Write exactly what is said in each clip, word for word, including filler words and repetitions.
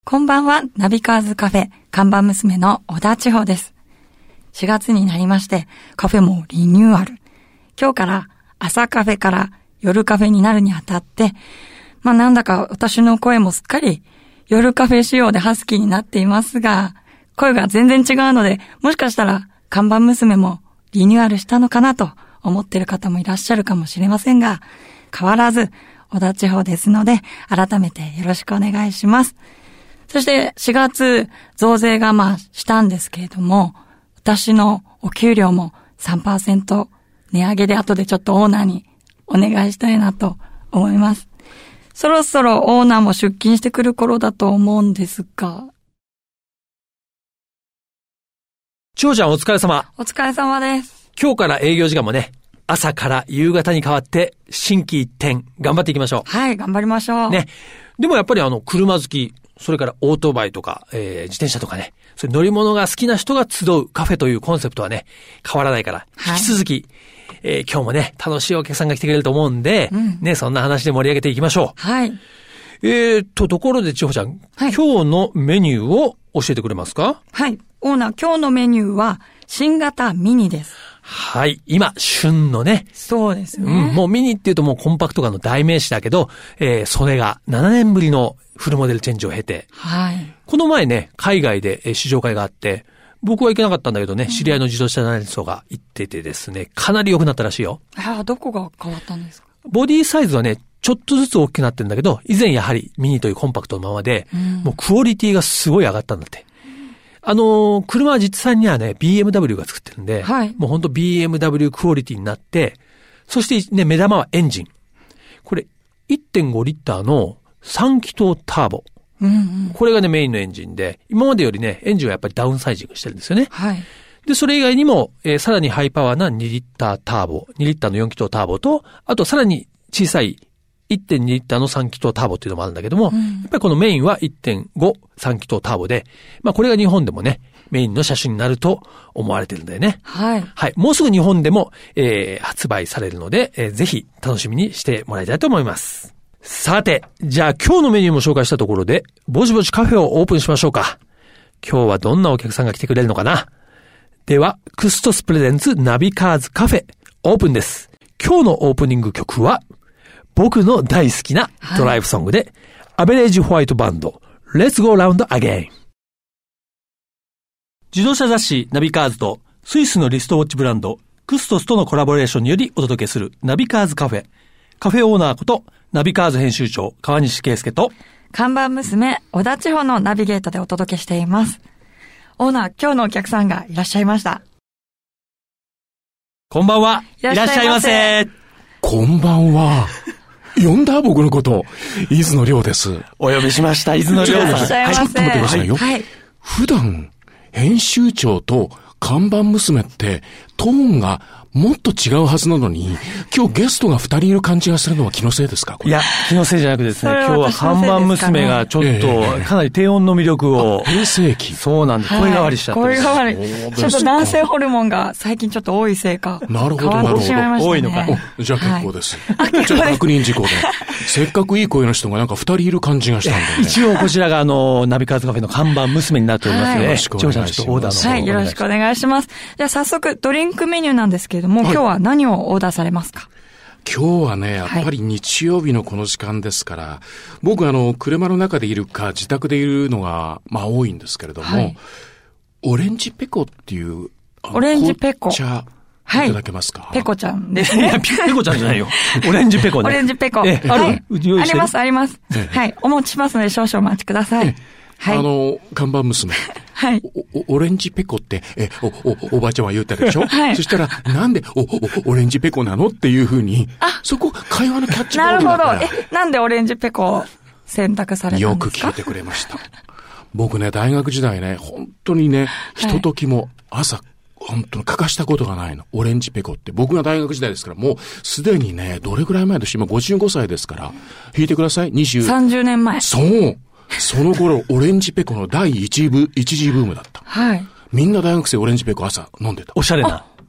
こんばんは、ナビカーズカフェ看板娘の小田千穂です。しがつになりましてカフェもリニューアル。今日から朝カフェから夜カフェになるにあたって、まあなんだか私の声もすっかり夜カフェ仕様でハスキーになっていますが、声が全然違うので、もしかしたら看板娘もリニューアルしたのかなと思っている方もいらっしゃるかもしれませんが、変わらず小田千穂ですので、改めてよろしくお願いします。そしてしがつ増税がまあしたんですけれども、私のお給料も さんパーセント 値上げで後でちょっとオーナーにお願いしたいなと思います。そろそろオーナーも出勤してくる頃だと思うんですが。 千穂ちゃんお疲れ様。 お疲れ様です。 今日から営業時間もね、朝から夕方に変わって心機一転頑張っていきましょう。 はい、頑張りましょう。 ね。でもやっぱりあの車好き、それからオートバイとか、えー、自転車とかね、それ乗り物が好きな人が集うカフェというコンセプトはね、変わらないから、引き続き、はい、えー、今日もね、楽しいお客さんが来てくれると思うんで、うん、ね、そんな話で盛り上げていきましょう。 はい。 えーと、ところで千穂ちゃん、はい、今日のメニューを教えてくれますか？ はい。オーナー、今日のメニューは、新型ミニです。 はい。今、旬のね。 そうですね。 うん。もうミニっていうともうコンパクト化の代名詞だけど、えー、それがななねんぶりのフルモデルチェンジを経て。 はい。 この前ね、海外で試乗会があって、僕は行けなかったんだけどね、うん、知り合いの自動車アナリストが行っててですね、かなり良くなったらしいよ。 ああ、どこが変わったんですか？ ボディサイズはね、ちょっとずつ大きくなってるんだけど、以前やはりミニというコンパクトのままで、うん、もうクオリティがすごい上がったんだって。あのー、車は実際にはね、ビーエムダブリュー が作ってるんで、はい、もうほんと ビーエムダブリュー クオリティになって、そしてね、目玉はエンジン。これ いってんご リッターのさん気筒ターボ。 うんうん、 これがね、メインのエンジンで、今までよりね、エンジンはやっぱりダウンサイジングしてるんですよね。 はい。 で、それ以外にも、えー、さらにハイパワーなにリッターターボ、にリッターのよん気筒ターボと、あとさらに小さい いってんに リッターのさん気筒ターボっていうのもあるんだけども、うん、やっぱりこのメインは いってんご さん気筒ターボで、まあこれが日本でもね、メインの車種になると思われてるんだよね。 はい。 はい。もうすぐ日本でも、えー、発売されるので、えー、ぜひ楽しみにしてもらいたいと思います。さて、じゃあ今日のメニューも紹介したところで、ぼちぼちカフェをオープンしましょうか。今日はどんなお客さんが来てくれるのかな。では、クストスプレゼンツナビカーズカフェ、オープンです。今日のオープニング曲は、僕の大好きなドライブソングで、はい、アベレージホワイトバンド、Let's Go Round Again。自動車雑誌ナビカーズとスイスのリストウォッチブランドクストスとのコラボレーションによりお届けするナビカーズカフェ。カフェオーナーことナビカーズ編集長川西圭介と看板娘小田千穂のナビゲートでお届けしています。オーナー、今日のお客さんがいらっしゃいました。 こんばんは。いらっしゃいませ。 こんばんは。呼んだ僕のこと、伊豆の亮です。 お呼びしました、伊豆の亮です。 はい、ちょっと待ってくださいよ。はい。普段、編集長と看板娘ってトーンがもっと違うはずなのに、今日ゲストが二人いる感じがするのは気のせいですか？これいや、気のせいじゃなくですね、今日は看板娘がちょっとかなり低音の魅力を。 平成期。 そうなんです。声変わりしちゃって。 声変わり。ちょっと男性ホルモンが最近ちょっと多いせいか。 なるほど、なるほど。 多いのか。 じゃあ結構です。ちょっと確認事項で。せっかくいい声の人がなんか二人いる感じがしたんでね。 一応こちらがあの、ナビカーズカフェの看板娘になっておりますので、 よろしくお願いします。 はい、よろしくお願いします。じゃあ早速ドリンクメニューなんですけれども、今日は何をオーダーされますか？ 今日はね、やっぱり日曜日のこの時間ですから、はい、僕あの、車の中でいるか自宅でいるのが、まあ多いんですけれども、はい、オレンジペコっていう、 オレンジペコ。 紅茶、いただけますか？ ペコちゃんですね。 いや、ペコちゃんじゃないよ。オレンジペコね。 オレンジペコ。 え、ある、はい、用意してる？ あります、あります。はい。お持ちしますので少々お待ちください。はい。 あの、看板娘。 はい。 お、オレンジペコって、え、お、お、おばあちゃんは言ったでしょ？はい。そしたら、なんで、お、お、オレンジペコなのっていうふうに、あ、そこ、会話のキャッチボールだから。 なるほど。え、なんでオレンジペコを選択されたんですか？ よく聞いてくれました。僕ね、大学時代ね、本当にね、ひとときも朝、はい、本当に欠かしたことがないの。オレンジペコって。僕が大学時代ですから、もうすでにね、どれくらい前だし、今ごじゅうごさいですから、弾いてください。にじゅう。 さんじゅうねんまえ。 そう。その頃、オレンジペコの第一部、一次ブームだった。 はい。 みんな大学生オレンジペコ朝飲んでた。 おしゃれな。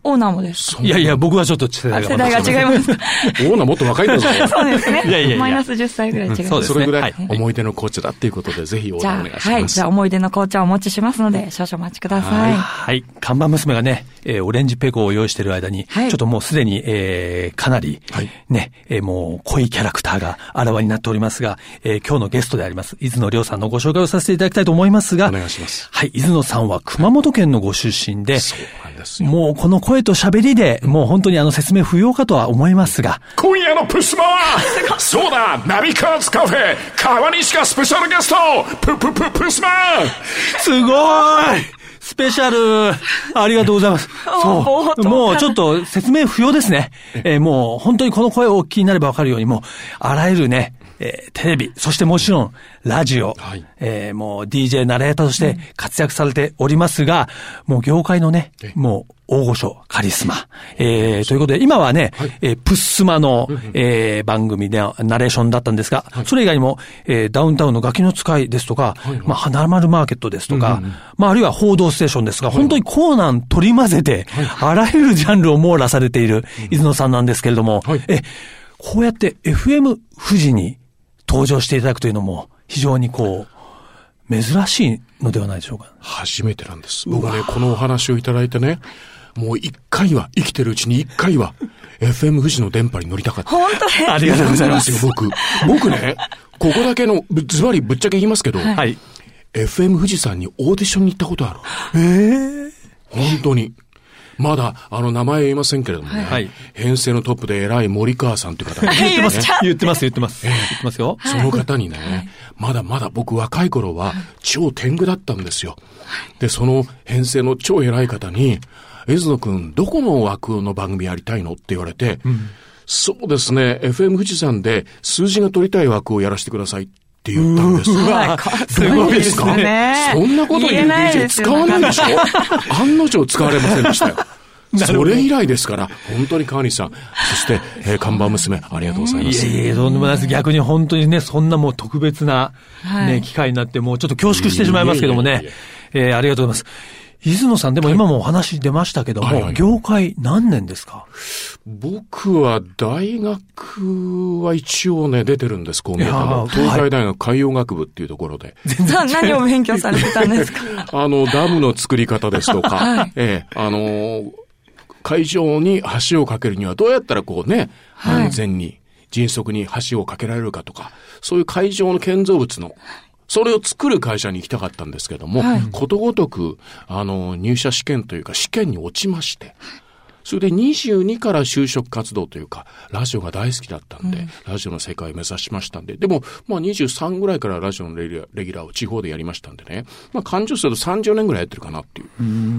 オーナーもですか？ いやいや、僕はちょっと世代が。 世代が違います。 オーナーもっと若いんだぞ。 そうですね。 いやいやいやマイナスじゅっさいぐらい違います。 そうですね。 それぐらい思い出の紅茶だっていうことで、ぜひオーナーお願いします。 はい。じゃあ思い出の紅茶をお持ちしますので、少々お待ちください。 はい。はい。看板娘がね、えー、オレンジペコを用意している間に、はい、ちょっともうすでに、えー、かなり、はい、ね、えー、もう濃いキャラクターがあらわになっておりますが、えー、今日のゲストであります、伊豆野亮さんのご紹介をさせていただきたいと思いますが、 お願いします。 はい。伊豆野さんは熊本県のご出身で、 そうなんですよ。 もうこの声と喋りで、もう本当にあの説明不要かとは思いますが。 今夜のプスマは、そうだ、ナビカーズカフェ、川西がスペシャルゲスト、ププププスマすごーいスペシャルありがとうございます。そう。もうちょっと説明不要ですね。えー、もう本当にこの声をお聞きになればわかるように、もうあらゆるね、えー、テレビ、そしてもちろんラジオ、はい、えー、もう ディージェー ナレーターとして活躍されておりますが、もう業界のね、もう大御所、カリスマ。えー、ということで、今はね、はい、えー、プッスマの、えー、番組でナレーションだったんですが、はい、それ以外にも、えー、ダウンタウンのガキの使いですとか、はいはい、まあ、花丸マーケットですとか、うんうん、まあ、あるいは報道ステーションですが、はい、本当にコーナー取り混ぜて、はい、あらゆるジャンルを網羅されている伊豆野さんなんですけれども、はい、え、こうやって エフエム 富士に登場していただくというのも、非常にこう、珍しいのではないでしょうか。 初めてなんです。僕はね、このお話をいただいてね、もう一回は、生きてるうちに一回は、エフエム 富士の電波に乗りたかった。 本当ですありがとうございますよ、 僕。僕ね、ここだけの、ズバリぶっちゃけ言いますけど、はい、エフエム 富士さんにオーディションに行ったことある。 えー、 本当に。まだ、あの、名前言いませんけれどもね、はい、編成のトップで偉い森川さんという方が、 ね、言ってます、言ってます、言ってます。えー、言ってますよ。 その方にね、はい、まだまだ僕若い頃は超天狗だったんですよ。で、その編成の超偉い方に、江津野くん、どこの枠の番組やりたいのって言われて、うん、そうですね、エフエム 富士山で数字が取りたい枠をやらせてくださいって言ったんです。 うわ、すごいですね。 そんなこと言う ディージェー 使わないでしょ案の定使われませんでしたよ。それ以来ですから、本当に川西さん、そして、えー、看板娘、ありがとうございます。 いえいえ、とんでもないです。逆に本当にね、そんなもう特別な、ね、はい、機会になって、もうちょっと恐縮してしまいますけどもね、えー、ありがとうございます。伊豆野さん、でも今もお話出ましたけども、はいはい、業界何年ですか？ 僕は大学は一応ね、出てるんです、こう見えたの。東海大学海洋学部っていうところで。 全然何を勉強されてたんですか？ あの、ダムの作り方ですとか、はい、えー、あのー、海上に橋を架けるにはどうやったらこうね、安全に、迅速に橋を架けられるかとか、そういう海上の建造物の、それを作る会社に行きたかったんですけども、はい、ことごとく、あの、入社試験というか試験に落ちまして、それでにじゅうにから就職活動というか、ラジオが大好きだったんで、うん、ラジオの世界を目指しましたんで、でも、まあにじゅうさんぐらいからラジオのレギュラー、レギュラーを地方でやりましたんでね、まあ感情するとさんじゅうねんぐらいやってるかなっていう、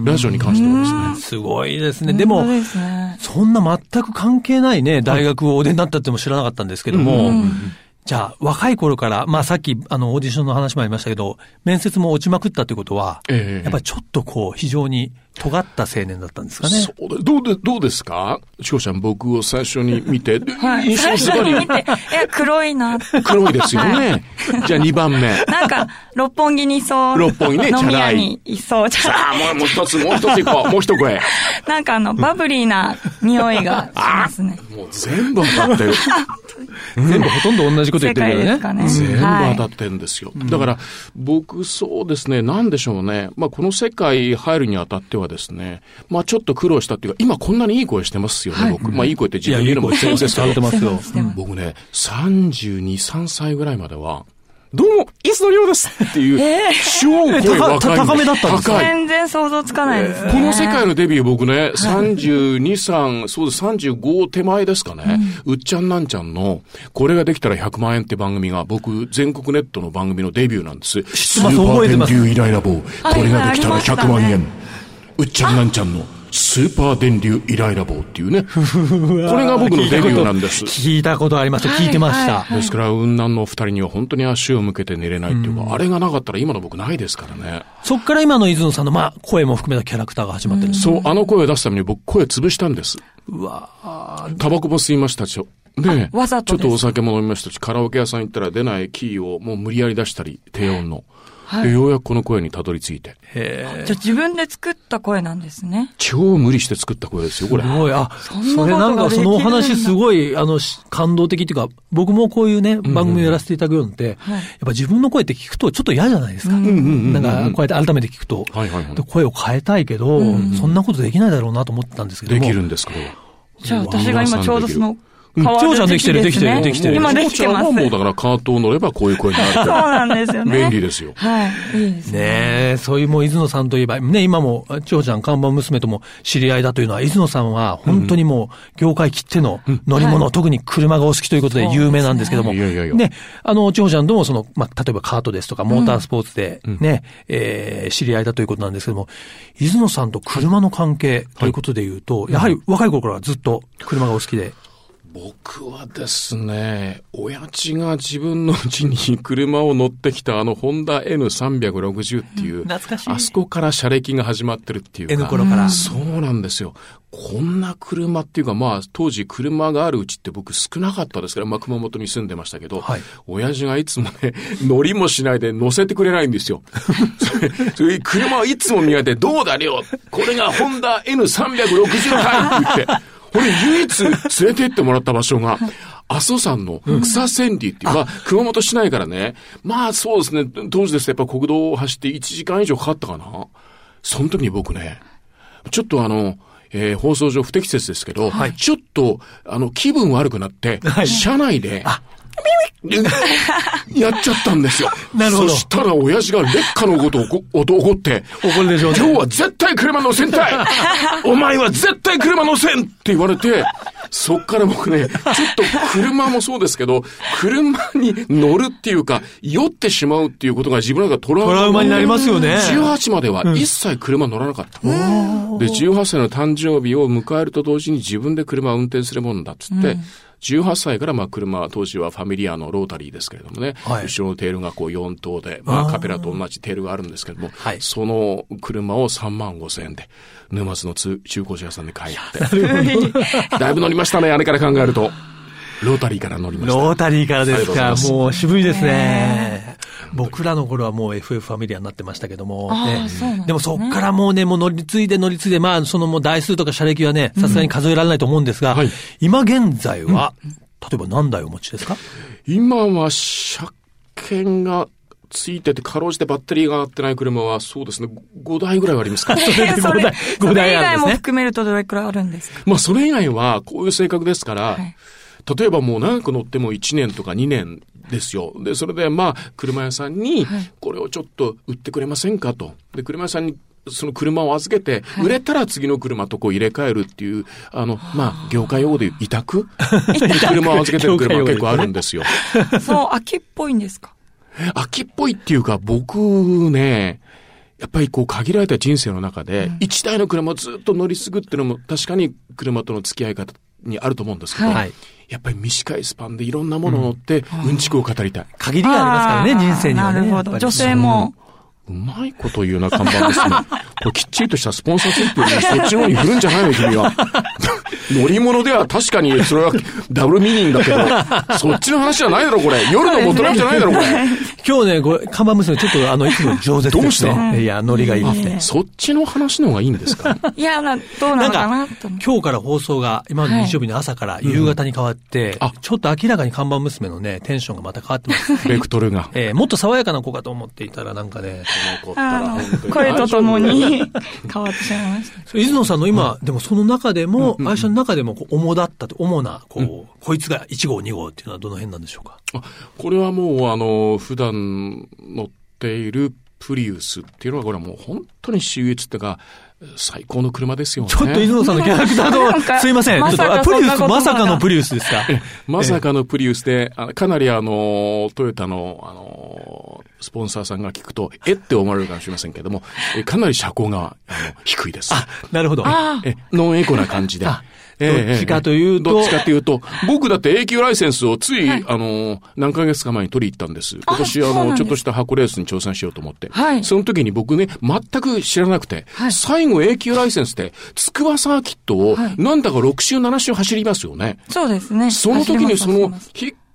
ラジオに関してはですね。 すごいですね。でも、ね、そんな全く関係ないね、大学をお出になったっても知らなかったんですけども、うんうん、じゃあ、若い頃から、まあさっき、あの、オーディションの話もありましたけど、面接も落ちまくったということは、ええ、やっぱりちょっとこう、非常に尖った青年だったんですかね。 そうで、どうで、どうですか？しこちゃん、僕を最初に見て、 はい、印象ズバリ。最初に見て、え、黒いな。 黒いですよね。はい、じゃあにばんめ。 なんか、六本木にいそう。 六本木ね、チャラい。 飲み屋にいそう。 さあ、もう、もう一つ、もう一ついこう。もう一声。 なんかあの、バブリーな匂いがしますね。 もう全部当たってる。 全部ほとんど同じこと言ってるけどね。 かね全部当たってるんですよ。はい、だから、僕、そうですね、なんでしょうね。まあ、この世界入るにあたってはですね、まあ、ちょっと苦労したっていうか、今こんなにいい声してますよね、はい、僕。まあ、いい声って自分で言うのも必要ですけど。 いい声してますよ。 僕ね、さんじゅうに、さんさいぐらいまでは、どうも、伊豆の亮ですっていう、超声若い。 高めだったんですか？ 全然想像つかないですね。 この世界のデビュー僕ね、さんじゅうに、さん、そうです、さんじゅうご手前ですかね。うん、うっちゃんなんちゃんの、これができたらひゃくまんえんって番組が、僕、全国ネットの番組のデビューなんです。 スーパー電流イライラ棒。これができたらひゃくまんえん。うっちゃんなんちゃんの。スーパー電流イライラ棒っていうね。これが僕のデビューなんです。 聞いたことあります。聞いてました。 はいはい、ですから、雲南のお二人には本当に足を向けて寝れないっていうか、うん、あれがなかったら今の僕ないですからね。 そっから今の伊豆野さんの、まあ、声も含めたキャラクターが始まってるんです、 うん、そう、あの声を出すために僕声潰したんです。 うわぁ。 タバコも吸いましたし。で、 わざとちょっとお酒も飲みましたし、カラオケ屋さん行ったら出ないキーをもう無理やり出したり、低音の。 はい、 でようやくこの声にたどり着いて。 へじゃあ自分で作った声なんですね。 超無理して作った声ですよ、これ。 すごい。あ、そんなそれなんかそのお話すごい、あの、感動的っていうか、僕もこういうね、番組をやらせていただくようになって、うんうん、やっぱ自分の声って聞くとちょっと嫌じゃないですか。うんうんうんうん、なんか、こうやって改めて聞くと、はいはいはい、声を変えたいけど、うんうん、そんなことできないだろうなと思ってたんですけども。 できるんですか？ じゃあ私が今ちょうどその、 うん、ちょうちゃんできてる、できてる、できてる。 今できてます。 ちょうちゃんはもうだからカートを乗ればこういう声になる。 そうなんですよね。 便利ですよ。 はい。いいですね。 ねえ、そういうもう、出雲さんといえば、ね、今も、ちょうちゃん看板娘とも知り合いだというのは、出雲さんは本当にもう、業界きっての乗り物、うんはい、特に車がお好きということで有名なんですけども、ね、 いやいやいやね、あの、ちょうちゃんともその、まあ、例えばカートですとか、モータースポーツでね、うん、えー、知り合いだということなんですけども、出雲さんと車の関係ということで言うと、はい、やはり若い頃からずっと車がお好きで、 僕はですね、親父が自分の家に車を乗ってきたあのホンダ エヌさんびゃくろくじゅう っていう、うん、 懐かしい。 あそこから車歴が始まってるっていうか。 N 頃から。 そうなんですよ。こんな車っていうか、まあ当時車があるうちって僕少なかったですから、まあ熊本に住んでましたけど、はい、親父がいつもね、乗りもしないで乗せてくれないんですよ。それ車をいつも見上げて、どうだよ、これがホンダ エヌさんびゃくろくじゅう かいって言って、これ唯一連れて行ってもらった場所が、阿蘇山の草千里っていう、うん、まあ、熊本市内からね、まあそうですね、当時ですね、やっぱ国道を走っていちじかん以上かかったかな。その時に僕ね、ちょっとあの、えー、放送上不適切ですけど、はい、ちょっと、あの、気分悪くなって、はい、車内で、やっちゃったんですよ。 なるほど。 そしたら親父が劣化のことを怒って、 怒るでしょうね。 今日は絶対車乗せんたいお前は絶対車乗せんって言われて、そっから僕ね、ちょっと車もそうですけど、車に乗るっていうか、酔ってしまうっていうことが自分の中でトラウマ。 トラウマになりますよね。 じゅうはちまでは一切車乗らなかった。うん、で、じゅうはっさいの誕生日を迎えると同時に自分で車を運転するもんだっつって、うん、じゅうはっさいからまあ車、当時はファミリアのロータリーですけれどもね、はい、後ろのテールがこうよんとうで、まあカペラと同じテールがあるんですけれども、はい、その車をさんまんごせんえんで、沼津の中古車屋さんで買いって。だいぶ乗りましたね、あれから考えると。ロータリーから乗りました。 ロータリーからですか。もう渋いですね。僕らの頃はもう エフエフ ファミリアになってましたけども、ね、で, でもそっからもうね、もう乗り継いで乗り継いで、まあそのもう台数とか車歴はね、さすがに数えられないと思うんですが、うんはい、今現在は、うん、例えば何台お持ちですか？ 今は車検がついてて、かろうじてバッテリーが上がってない車は、そうですね、ごだいぐらいはありますか。 それ、それ、ごだい以外も含めるとどれくらいあるんですか？ まあそれ以外は、こういう性格ですから、はい、例えばもう長く乗ってもいちねんとかにねんですよ。で、それでまあ、車屋さんに、これをちょっと売ってくれませんかと。で、車屋さんに、その車を預けて、売れたら次の車とこう入れ替えるっていう、あの、まあ、業界用語で委託車を預けてる車は結構あるんですよ。 そう、秋っぽいんですか？ 秋っぽいっていうか、僕ね、やっぱりこう限られた人生の中で、一台の車をずっと乗り継ぐっていうのも確かに車との付き合い方にあると思うんですけど、はい、やっぱり短いスパンでいろんなものを乗って、うんちくを語りたい。 限りがありますからね、人生にはね。 なるほど。女性も。 うまいこと言うな、看板ですね。これきっちりとしたスポンサーついてるのに、そっちの方に振るんじゃないの、君は。乗り物では確かに、それはダブルミーニングだけど、そっちの話じゃないだろ、これ。夜の元ラじゃないだろ、これ。 今日ね、これ、看板娘、ちょっと、あの、いつも上手ですね。 どうした？ いや、ノリがいいですね。 そっちの話の方がいいんですか？ いや、な、どうなのかなと。 今日から放送が、今の日曜日の朝から夕方に変わって、はい、ちょっと明らかに看板娘のね、テンションがまた変わってます。 ベクトルが。 えー、もっと爽やかな子かと思っていたら、なんかね、 この子ったら声とともに変わってしまいました。 出雲さんの今、うん、でもその中でも、会社の中でもこう主だったと、主な、こう、うん、こいつがいち号、に号っていうのはどの辺なんでしょうか？ あ、これはもう、あの、普段乗っているプリウスっていうのは、これはもう本当に秀逸っていうか、最高の車ですよね。 ちょっと出雲さんのキャラクターと、すいません。ちょっと、プリウス、まさかのプリウスですか？ まさかのプリウスで、あかなりあの、トヨタの、あの、スポンサーさんが聞くと、えって思われるかもしれませんけども、えかなり車高があの低いです。 あ、なるほど。 え、ノンエコな感じで。 どっちかというと、 どっちかというと、僕だって永久ライセンスをつい、はい、あの、何ヶ月か前に取り行ったんです。今年、あの、ちょっとした箱レースに挑戦しようと思って。はい。その時に僕ね、全く知らなくて、はい、最後永久ライセンスで、筑波サーキットを、なんだかろくしゅう、ななしゅう走りますよね。 そうですね。 その時にその、引っ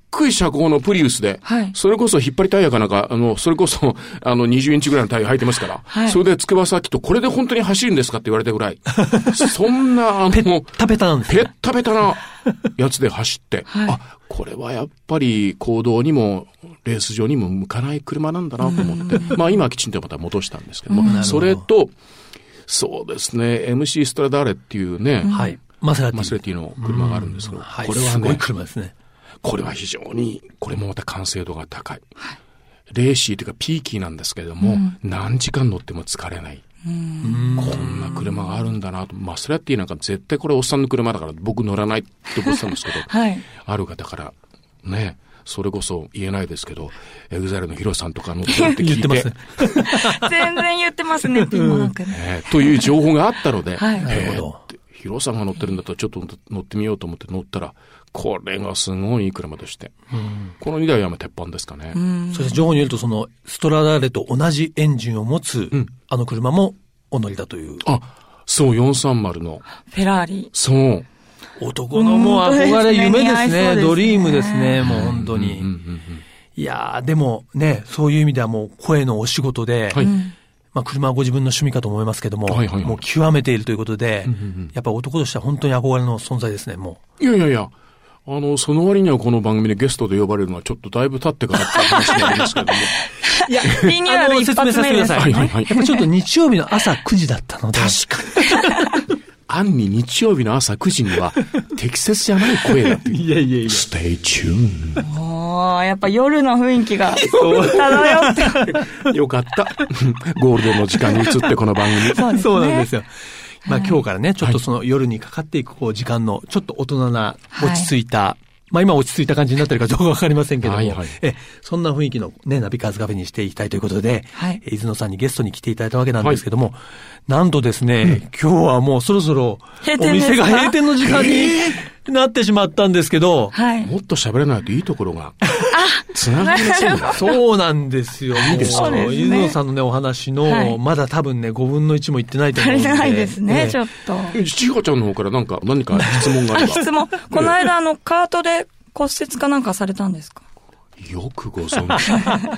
ごい車高のプリウスで、はい、それこそ引っ張りタイヤかなんか、あの、それこそ、あの、にじゅうインチぐらいのタイヤ履いてますから、はい、それで筑波崎とこれで本当に走るんですかって言われたぐらい、そんな、あの、 ペッタペタなんですね。ペッタペタなやつで走って、はい、あ、これはやっぱり公道にも、レース場にも向かない車なんだなと思って、まあ今はきちんとまた戻したんですけども、それと、そうですね、エムシー ストラダーレっていうね、 はい、マセラティ。 マセラティの車があるんですけど、 はい、これはね、すごい車ですね。 これは非常に、これもまた完成度が高い。はい、レーシーというかピーキーなんですけれども、うん、何時間乗っても疲れない。うんこんな車があるんだなと。マセラティなんか絶対これおっさんの車だから僕乗らないって思ってたんですけど、はい、ある方からね、それこそ言えないですけど、エグザイルのヒロさんとか乗ってるって聞いて。言ってます。 全然言ってますね、ピンもなくね、 えー。という情報があったので、 はい、 なるほど。ヒロさんが乗ってるんだったらちょっと乗ってみようと思って乗ったら、これがすごいいい車として。うん、このにだいは鉄板ですかね。 うん、そして情報によると、そのストラダーレと同じエンジンを持つ、うん、あの車もお乗りだという。 あ、そう、よんさんまるの。 フェラーリ。 そう。 男のもう憧れ、夢ですね。ですねドリームですね、もう本当に。うんうんうんうん、いやー、でもね、そういう意味ではもう声のお仕事で、はい、まあ、車はご自分の趣味かと思いますけども、はいはいはい、もう極めているということで、うんうんうん、やっぱ男としては本当に憧れの存在ですね、もう。いやいやいや、あの、その割にはこの番組でゲストで呼ばれるのはちょっとだいぶ経ってからって話になりますけども。 いや、リニューアル一発目です。説明させてください。はいはいはい。 やっぱちょっと日曜日の朝くじだったので。 確かに。暗に日曜日の朝くじには適切じゃない声だっていう。 いやいやいや。 Stay tuned。 おー、やっぱ夜の雰囲気が漂って。 よかった。ゴールデンの時間に移ってこの番組。 そうですね。そうなんですよ。まあ今日からね、ちょっとその夜にかかっていくこう時間のちょっと大人な落ち着いた、はい、まあ今落ち着いた感じになってるかどうかわかりませんけども、はいはい、えそんな雰囲気のね、ナビカーズカフェにしていきたいということで、はい、伊豆野さんにゲストに来ていただいたわけなんですけども、はい、なんとですね、うん、今日はもうそろそろお店が閉店の時間になってしまったんですけど、 はい、もっと喋れないといいところがつながりませんか。 そうなんですよ。いいですか。伊豆野さんのねお話の、はい、まだ多分ねごぶんのいちもいってないと思うんで。 足りないですね、ねちょっと。 ちはちゃんの方からなんか何か質問があれば。 質問。この間あのカートで骨折かなんかされたんですか。 よくご存知。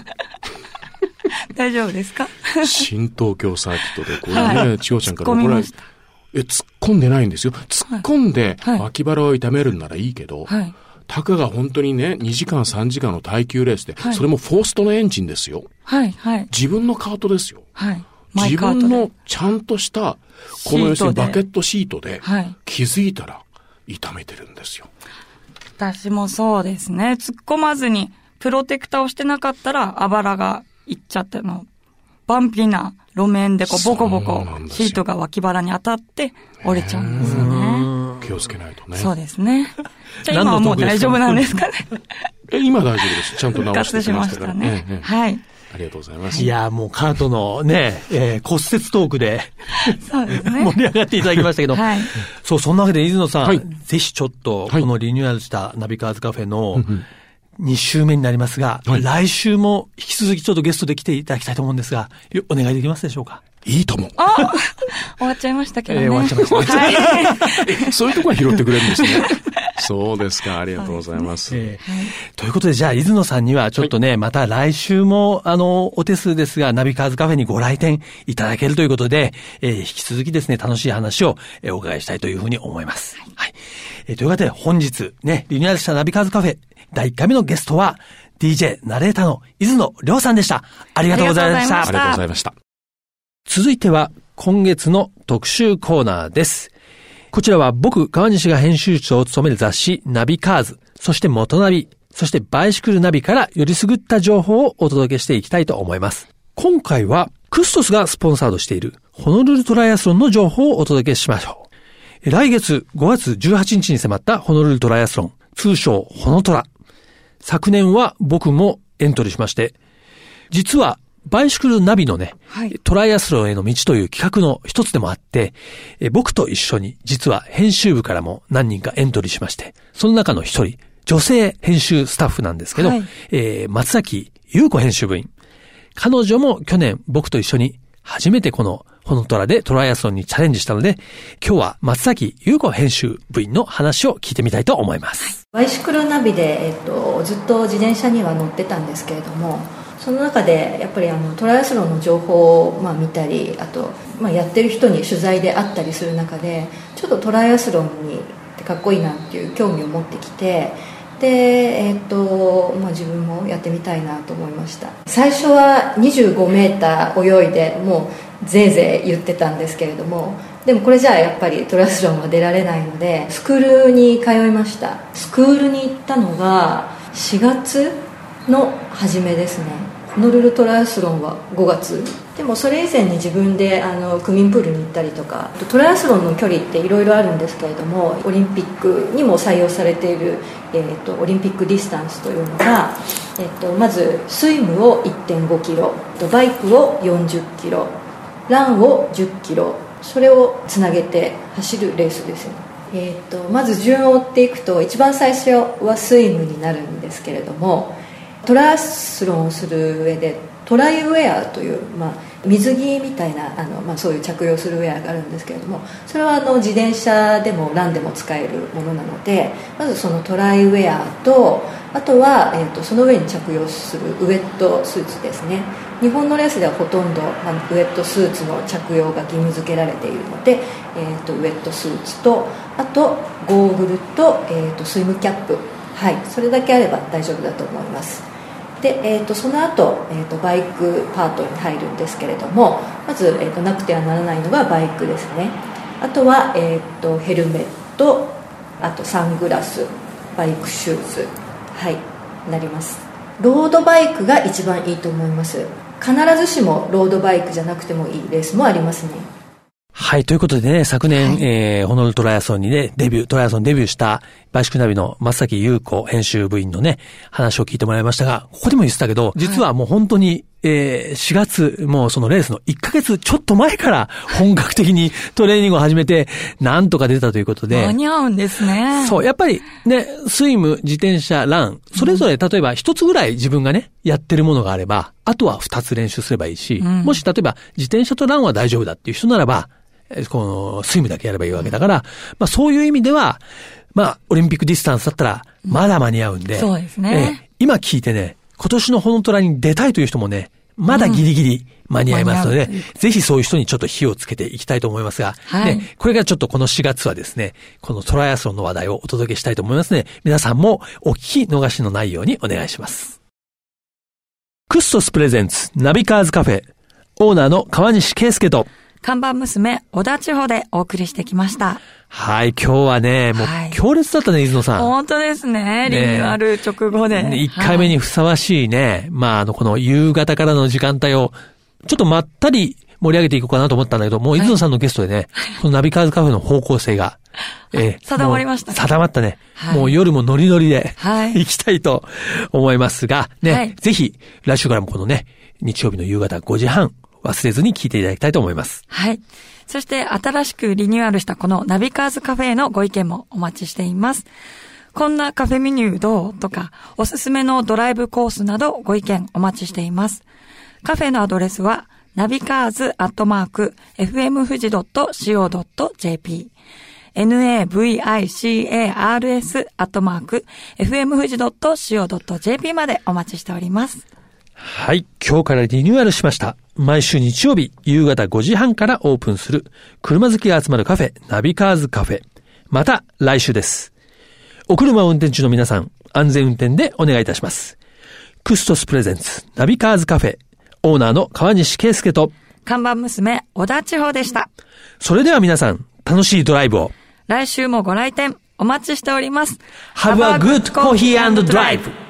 大丈夫ですか。 新東京サーキットでこれね、はい、千代ちゃんから怒られて。え、突っ込んでないんですよ。突っ込んで脇腹を痛めるんならいいけど、はいはい、たかが本当にね、にじかんさんじかんの耐久レースで、はい、それもフォーストのエンジンですよ。はいはい。自分のカートですよ。はい。自分のちゃんとした、この要するにバケットシートで、気づいたら痛めてるんですよ。 私もそうですね。突っ込まずにプロテクターをしてなかったらあばらがいっちゃっての、バンピーな路面でこうボコボコシートが脇腹に当たって折れちゃうんですよね。 気をつけないとね。 そうですね。じゃあ今はもう大丈夫なんですかね。 え、今大丈夫です。ちゃんと直してきましたから。 復活しましたね。ええ、はい。 ありがとうございます。 いや、もうカートのね、えー、骨折トークでそうですね。 盛り上がっていただきましたけど、はい、そう、そんなわけで、伊豆野さん、はい、ぜひちょっと、このリニューアルしたナビカーズカフェのに週目になりますが、はい、来週も引き続きちょっとゲストで来ていただきたいと思うんですが、お願いできますでしょうか。 いいと思う。 あ終わっちゃいましたけどね。えー、 終わっちゃいました。 はい、そういうところは拾ってくれるんですね。そうですか。ありがとうございます。 えー、ということで、じゃあ、伊豆野さんにはちょっとね、はい、また来週も、あの、お手数ですが、ナビカーズカフェにご来店いただけるということで、えー、引き続きですね、楽しい話を、えー、お伺いしたいというふうに思います。はい。はい、えー、ということで、本日ね、リニューアルしたナビカーズカフェ、だいいっかいめのゲストは、ディージェー ナレーターの伊豆野亮さんでした。ありがとうございました。 ありがとうございました。 続いては、今月の特集コーナーです。こちらは僕、川西が編集長を務める雑誌、ナビカーズ、そして元ナビ、そしてバイシクルナビからよりすぐった情報をお届けしていきたいと思います。今回は、クストスがスポンサードしている、ホノルルトライアスロンの情報をお届けしましょう。来月ごがつじゅうはちにちに迫ったホノルルトライアスロン、通称ホノトラ。昨年は僕もエントリーしまして、実は、バイシクルナビのね、はい、トライアスロンへの道という企画の一つでもあって、え僕と一緒に実は編集部からも何人かエントリーしまして、その中の一人、女性編集スタッフなんですけど、はい、えー、松崎優子編集部員。彼女も去年僕と一緒に初めてこのホホノトラでトライアスロンにチャレンジしたので、今日は松崎優子編集部員の話を聞いてみたいと思います。 バイシクルナビで、えっと、ずっと自転車には乗ってたんですけれども、その中でやっぱりあのトライアスロンの情報を、まあ、見たり、あと、まあ、やってる人に取材で会ったりする中で、ちょっとトライアスロンにかっこいいなっていう興味を持ってきて、で、えーとまあ、自分もやってみたいなと思いました。最初はにじゅうごメーター泳いでもうぜいぜい言ってたんですけれども、でもこれじゃあやっぱりトライアスロンは出られないので、スクールに通いました。スクールに行ったのがしがつの初めですね。ホノルルトライアスロンはごがつでも、それ以前に自分であの区民プールに行ったりとか、トライアスロンの距離っていろいろあるんですけれども、オリンピックにも採用されている、えー、とオリンピックディスタンスというのが、えー、とまずスイムを いってんごキロ、バイクをよんじゅっキロ、ランをじゅっキロ、それをつなげて走るレースですよね。えー、とまず順を追っていくと、一番最初はスイムになるんですけれども、トライアスロンをする上でトライウェアという、まあ、水着みたいなあの、まあ、そういう着用するウェアがあるんですけれども、それはあの自転車でもランでも使えるものなので、まずそのトライウェアと、あとは、えー、とその上に着用するウェットスーツですね。日本のレースではほとんどあのウェットスーツの着用が義務付けられているので、えー、とウェットスーツと、あとゴーグルと、えー、とスイムキャップ、はい、それだけあれば大丈夫だと思います。で、えー、とその後、えー、とバイクパートに入るんですけれども、まず、えー、となくてはならないのがバイクですね。あとは、えー、とヘルメット、あとサングラス、バイクシューズ、はい、なります。ロードバイクが一番いいと思います。必ずしもロードバイクじゃなくてもいいレースもありますね。 はい。ということでね、昨年、 はい、 えー、ホノルルトライアスロンにね、デビュー、トライアスロンデビューしたバイシクルナビの松崎優子編集部員のね、話を聞いてもらいましたが、ここでも言ってたけど、実はもう本当に、えー、しがつ、もうそのレースのいっかげつちょっと前から本格的にトレーニングを始めて、なんとか出たということで。 間に合うんですね。 そう、やっぱりね、スイム、自転車、ラン、それぞれ例えば一つぐらい自分がね、やってるものがあれば、あとは二つ練習すればいいし、うん、もし例えば自転車とランは大丈夫だっていう人ならば、このスイムだけやればいいわけだから、まあそういう意味では、まあオリンピックディスタンスだったらまだ間に合うんで、 うん、そうですね、 えー。今聞いてね、今年のホノトラに出たいという人もね、まだギリギリ間に合いますので、うん、ぜひそういう人にちょっと火をつけていきたいと思いますが、はい、ね、これがちょっとこのしがつはですね、このトライアスロンの話題をお届けしたいと思いますので、皆さんもお聞き逃しのないようにお願いします。クストスプレゼンツナビカーズカフェ、オーナーの川西圭介と、 看板娘、小田千穂でお送りしてきました。 はい、今日はね、もう強烈だったね、伊豆野さん。 本当ですね。リニューアル直後で。 ね、いっかいめにふさわしいね、はい、まあ、あの、この夕方からの時間帯を、ちょっとまったり盛り上げていこうかなと思ったんだけど、もう伊豆野さんのゲストでね、はい、このナビカーズカフェの方向性が、 えー、定まりましたね。 定まったね。はい、もう夜もノリノリで、 はい、 行きたいと思いますが、ね、はい、ぜひ、来週からもこのね、日曜日の夕方ごじはん、忘れずに聞いていただきたいと思います。 はい。そして新しくリニューアルしたこのナビカーズカフェへのご意見もお待ちしています。こんなカフェメニューどうとか、おすすめのドライブコースなどご意見お待ちしています。カフェのアドレスは、ナビカーズアットマーク、エフエムフジドットシーオードットジェーピー、ナビカーズアットマーク、エフエムフジドットシーオードットジェーピー までお待ちしております。 はい。今日からリニューアルしました。毎週日曜日夕方ごじはんからオープンする車好きが集まるカフェ、ナビカーズカフェ。また来週です。お車を運転中の皆さん、安全運転でお願いいたします。クストスプレゼンツナビカーズカフェ、オーナーの川西圭介と看板娘小田千穂でした。 それでは皆さん、楽しいドライブを。 来週もご来店お待ちしております。 Have a good coffee and drive!